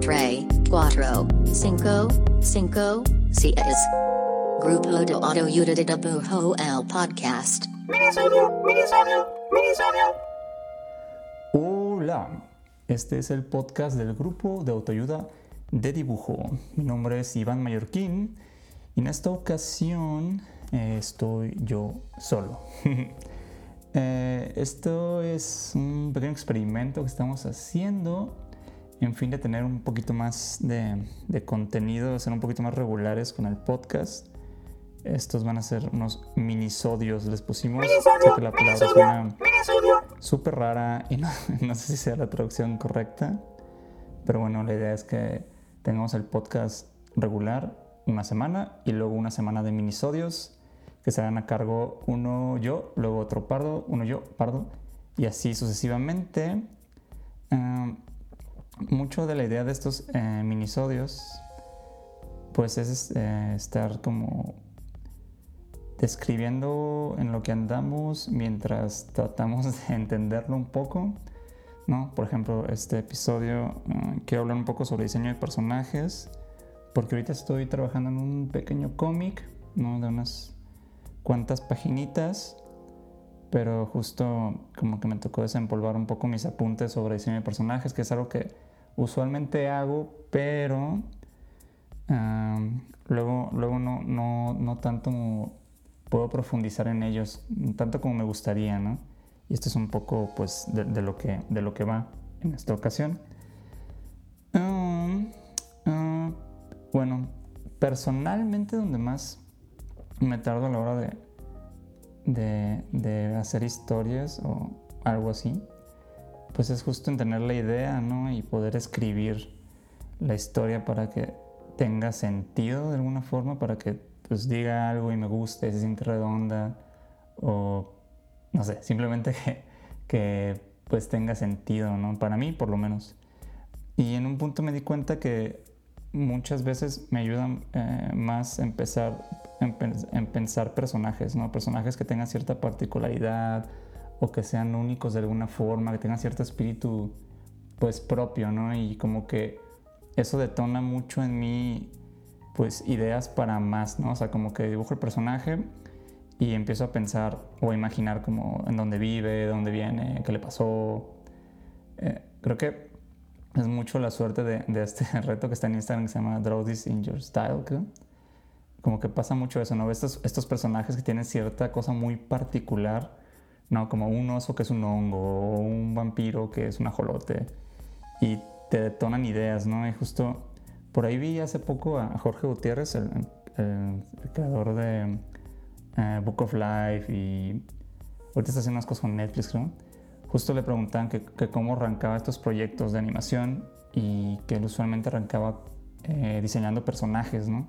3, 4, 5, 5, 6. Grupo de Autoayuda de Dibujo el podcast. Minisodio. Hola, este es el podcast del grupo de autoayuda de dibujo. Mi nombre es Iván Mallorquín y en esta ocasión estoy yo solo. Esto es un pequeño experimento que estamos haciendo en fin de tener un poquito más de contenido, ser un poquito más regulares con el podcast. Estos van a ser unos minisodios, les pusimos. Sé que la palabra suena súper rara y no sé si sea la traducción correcta, pero bueno, la idea es que tengamos el podcast regular una semana y luego una semana de minisodios que se hagan a cargo uno yo, luego otro Pardo, uno yo, Pardo, y así sucesivamente. Mucho de la idea de estos minisodios pues es estar como describiendo en lo que andamos mientras tratamos de entenderlo un poco, ¿no? Por ejemplo, este episodio quiero hablar un poco sobre diseño de personajes, porque ahorita estoy trabajando en un pequeño cómic, ¿no? De unas cuantas paginitas, pero justo como que me tocó desempolvar un poco mis apuntes sobre diseño de personajes, que es algo que usualmente hago, pero luego no tanto puedo profundizar en ellos, tanto como me gustaría, ¿no? Y esto es un poco pues de lo que va en esta ocasión. Bueno, personalmente donde más me tardo a la hora de hacer historias o algo así, pues es justo en tener la idea, ¿no? Y poder escribir la historia para que tenga sentido de alguna forma, para que pues diga algo y me guste, se siente redonda, o no sé, simplemente que pues tenga sentido, ¿no? Para mí por lo menos. Y en un punto me di cuenta que muchas veces me ayudan más en pensar personajes, ¿no? Personajes que tengan cierta particularidad o que sean únicos de alguna forma, que tengan cierto espíritu pues propio, ¿no? Y como que eso detona mucho en mí pues ideas para más, ¿no? O sea, como que dibujo el personaje y empiezo a pensar o a imaginar como en dónde vive, de dónde viene, qué le pasó. Creo que es mucho la suerte de este reto que está en Instagram que se llama Draw This in Your Style, creo. Como que pasa mucho eso, ¿no? Estos personajes que tienen cierta cosa muy particular, ¿no? Como un oso que es un hongo o un vampiro que es un ajolote y te detonan ideas, ¿no? Y justo por ahí vi hace poco a Jorge Gutiérrez, el creador de Book of Life, y ahorita está haciendo unas cosas con Netflix, creo. Justo le preguntaban que cómo arrancaba estos proyectos de animación y que él usualmente arrancaba diseñando personajes, ¿no?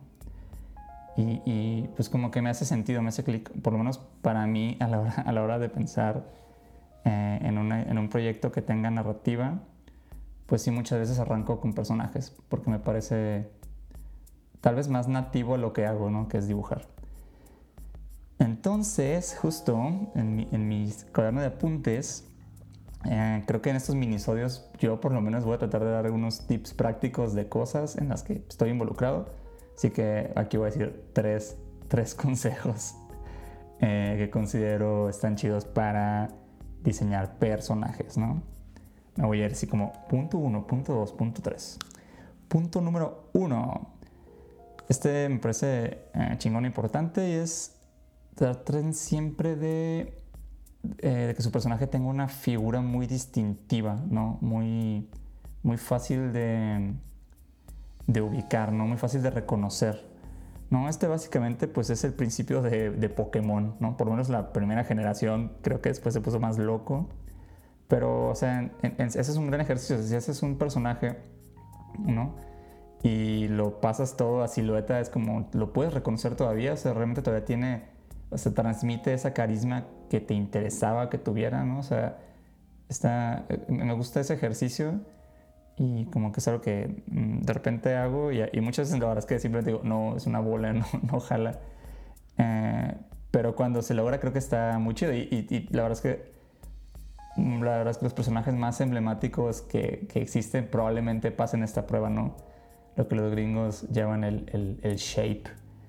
Y pues como que me hace sentido, me hace clic, por lo menos para mí a la hora de pensar en un proyecto que tenga narrativa, pues sí, muchas veces arranco con personajes porque me parece tal vez más nativo a lo que hago, ¿no? Que es dibujar. Entonces, justo en mis cuadernos de apuntes, creo que en estos minisodios yo por lo menos voy a tratar de dar algunos tips prácticos de cosas en las que estoy involucrado. Así que aquí voy a decir tres consejos que considero están chidos para diseñar personajes, ¿no? Me voy a ir así como punto 1, punto 2, punto 3. Punto número 1. Este me parece chingón e importante y es traten siempre de que su personaje tenga una figura muy distintiva, ¿no? Muy fácil de ubicar, ¿no? Muy fácil de reconocer, ¿no? Este básicamente pues es el principio de Pokémon, ¿no? Por lo menos la primera generación, creo que después se puso más loco. Pero, o sea, ese es un gran ejercicio. Si haces un personaje, ¿no? Y lo pasas todo a silueta, es como, lo puedes reconocer todavía, o sea, realmente todavía tiene, o sea, transmite esa carisma que te interesaba que tuviera, ¿no? O sea, me gusta ese ejercicio y como que es algo que de repente hago y muchas veces la verdad es que simplemente digo, no, es una bola, no jala. Pero cuando se logra creo que está muy chido y la verdad es que la verdad es que los personajes más emblemáticos que existen probablemente pasen esta prueba, ¿no? Lo que los gringos llaman el shape.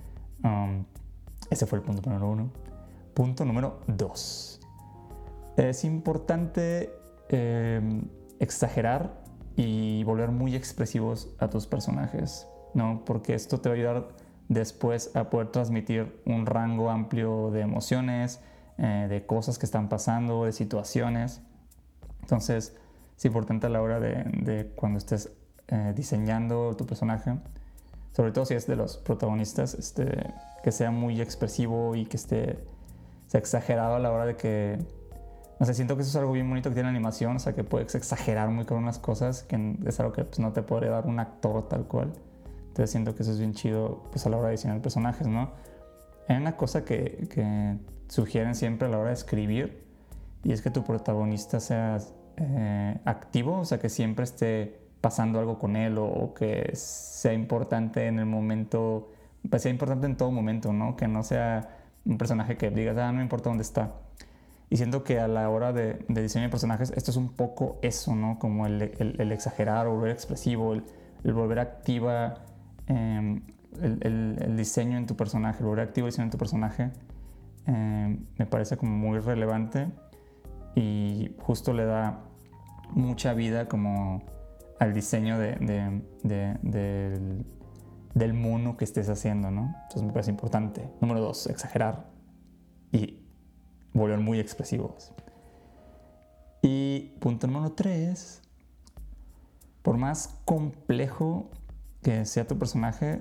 Ese fue el punto número 1. Punto número 2. Es importante exagerar y volver muy expresivos a tus personajes, ¿no? Porque esto te va a ayudar después a poder transmitir un rango amplio de emociones, de cosas que están pasando, de situaciones. Entonces es importante a la hora de cuando estés diseñando tu personaje, sobre todo si es de los protagonistas, que sea muy expresivo y que sea exagerado a la hora de que, no sé, siento que eso es algo bien bonito que tiene la animación, o sea, que puedes exagerar muy con unas cosas, que es algo que pues, no te podría dar un actor tal cual. Entonces siento que eso es bien chido pues, a la hora de diseñar personajes, ¿no? Hay una cosa que sugieren siempre a la hora de escribir, y es que tu protagonista sea activo, o sea, que siempre esté pasando algo con él, o que sea importante en el momento, pues sea importante en todo momento, ¿no? Que no sea un personaje que digas, no me importa dónde está. Y siento que a la hora de diseño de personajes, esto es un poco eso, ¿no? Como el exagerar, o volver expresivo, el volver activa el diseño en tu personaje, el volver activo el diseño en tu personaje, me parece como muy relevante y justo le da mucha vida como al diseño del mono que estés haciendo, ¿no? Entonces me parece importante. Número 2, exagerar y volver muy expresivos. Y punto número 3, por más complejo que sea tu personaje,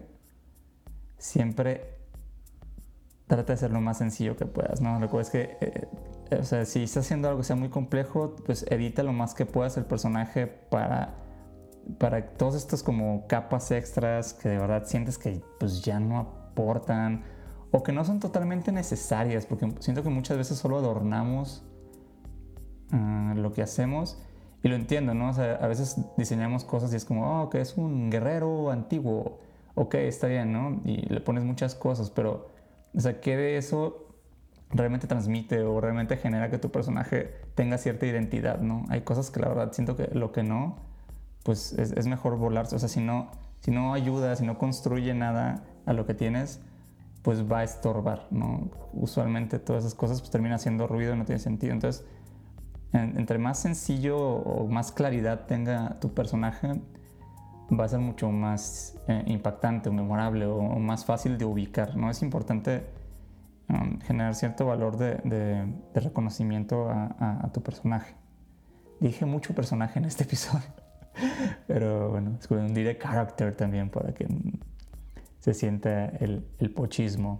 siempre trata de ser lo más sencillo que puedas, ¿no? Recuerda que, o sea, si estás haciendo algo que sea muy complejo, pues edita lo más que puedas el personaje para todos estos como capas extras que de verdad sientes que pues ya no aportan o que no son totalmente necesarias, porque siento que muchas veces solo adornamos lo que hacemos. Y lo entiendo, ¿no? O sea, a veces diseñamos cosas y es como, que es un guerrero antiguo. Ok, está bien, ¿no? Y le pones muchas cosas, pero, o sea, ¿qué de eso realmente transmite o realmente genera que tu personaje tenga cierta identidad, ¿no? Hay cosas que la verdad siento que lo que no, pues es mejor volarse. O sea, si no ayuda, si no construye nada a lo que tienes, pues va a estorbar, ¿no? Usualmente todas esas cosas pues terminan haciendo ruido y no tiene sentido. Entonces, entre más sencillo o más claridad tenga tu personaje, va a ser mucho más impactante o memorable o más fácil de ubicar, ¿no? Es importante generar cierto valor de reconocimiento a tu personaje. Dije mucho personaje en este episodio, pero bueno, es como un direct character también para que se sienta el pochismo.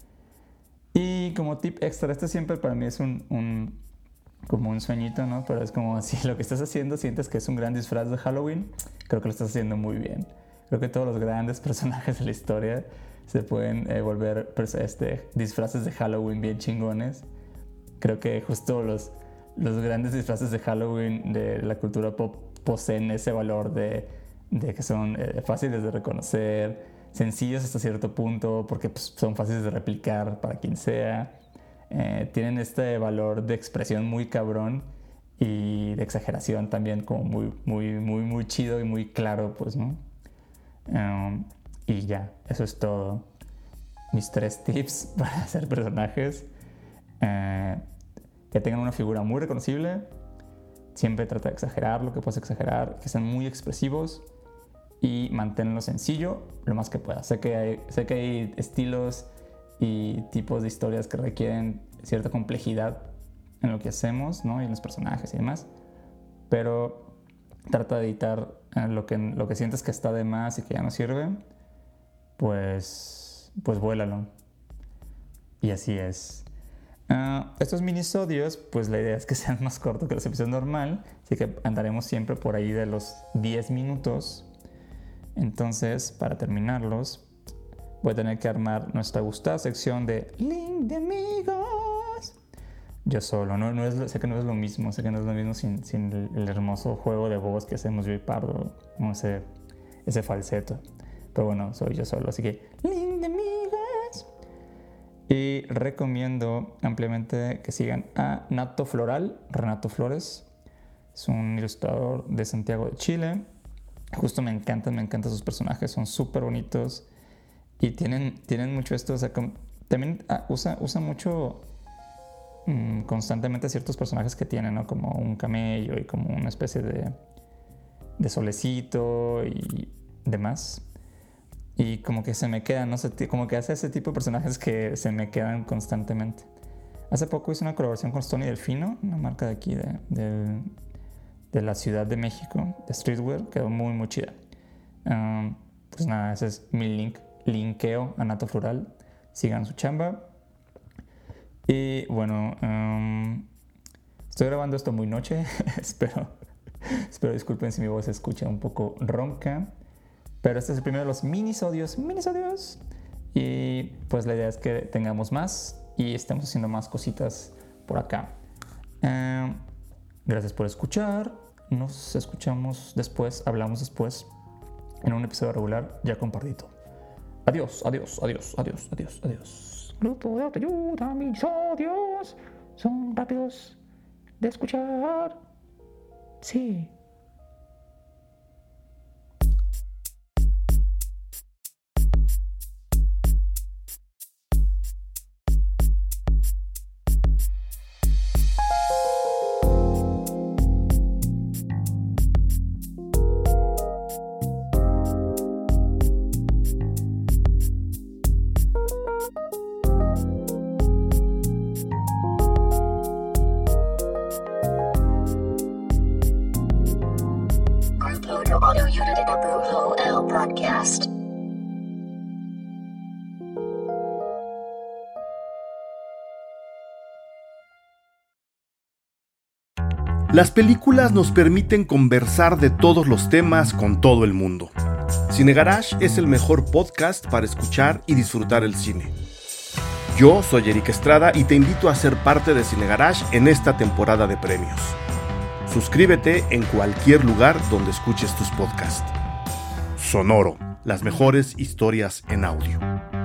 Y como tip extra, este siempre para mí es como un sueñito, ¿no? Pero es como si lo que estás haciendo sientes que es un gran disfraz de Halloween, creo que lo estás haciendo muy bien. Creo que todos los grandes personajes de la historia se pueden volver disfraces de Halloween bien chingones. Creo que justo los grandes disfraces de Halloween de la cultura pop poseen ese valor de que son fáciles de reconocer, sencillos hasta cierto punto, porque pues, son fáciles de replicar para quien sea. Tienen este valor de expresión muy cabrón y de exageración también como muy chido y muy claro, pues, ¿no? Y ya, eso es todo. Mis 3 tips para hacer personajes que tengan una figura muy reconocible. Siempre trata de exagerar lo que puedas exagerar, que sean muy expresivos y manténlo sencillo lo más que puedas. Sé que hay estilos y tipos de historias que requieren cierta complejidad en lo que hacemos, ¿no? Y en los personajes y demás, pero trata de editar lo que sientes que está de más y que ya no sirve, pues vuélalo. Y así es. Estos minisodios, pues la idea es que sean más cortos que los episodios normal, así que andaremos siempre por ahí de los 10 minutos. Entonces, para terminarlos, voy a tener que armar nuestra gustada sección de Link de Amigos. Yo solo, sé que no es lo mismo, sin el hermoso juego de voz que hacemos yo y Pardo, no sé, ese falseto. Pero bueno, soy yo solo, así que Link de Amigos. Y recomiendo ampliamente que sigan a Nato Floral, Renato Flores. Es un ilustrador de Santiago de Chile. Justo me encantan sus personajes, son súper bonitos. Y tienen mucho esto, o sea, también usa mucho constantemente ciertos personajes que tienen, ¿no? Como un camello y como una especie de solecito y demás. Y como que se me quedan, no sé, como que hace ese tipo de personajes que se me quedan constantemente. Hace poco hice una colaboración con Stony Delfino, una marca de aquí de la Ciudad de México, de streetwear, quedó muy, muy chida. Pues nada, ese es mi linkeo a Nato Floral. Sigan su chamba. Y bueno, estoy grabando esto muy noche. espero disculpen si mi voz se escucha un poco ronca. Pero este es el primero de los minisodios. Y pues la idea es que tengamos más y estemos haciendo más cositas por acá. Gracias por escuchar. Nos escuchamos después, hablamos después en un episodio regular ya compartido. Adiós. Grupo de autoayuda, minisodios. Son rápidos de escuchar. Sí. Podcast. Las películas nos permiten conversar de todos los temas con todo el mundo. Cine Garage es el mejor podcast para escuchar y disfrutar el cine. Yo soy Eric Estrada y te invito a ser parte de Cine Garage en esta temporada de premios. Suscríbete en cualquier lugar donde escuches tus podcasts. Sonoro, las mejores historias en audio.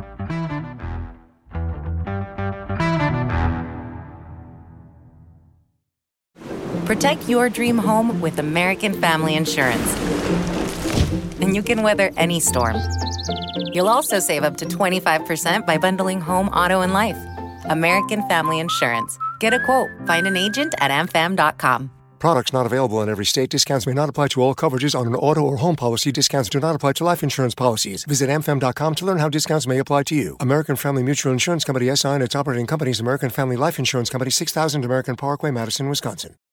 Protect your dream home with American Family Insurance. And you can weather any storm. You'll also save up to 25% by bundling home, auto, and life. American Family Insurance. Get a quote. Find an agent at amfam.com. Products not available in every state. Discounts may not apply to all coverages on an auto or home policy. Discounts do not apply to life insurance policies. Visit amfam.com to learn how discounts may apply to you. American Family Mutual Insurance Company, SI, and its operating companies, American Family Life Insurance Company, 6000 American Parkway, Madison, Wisconsin.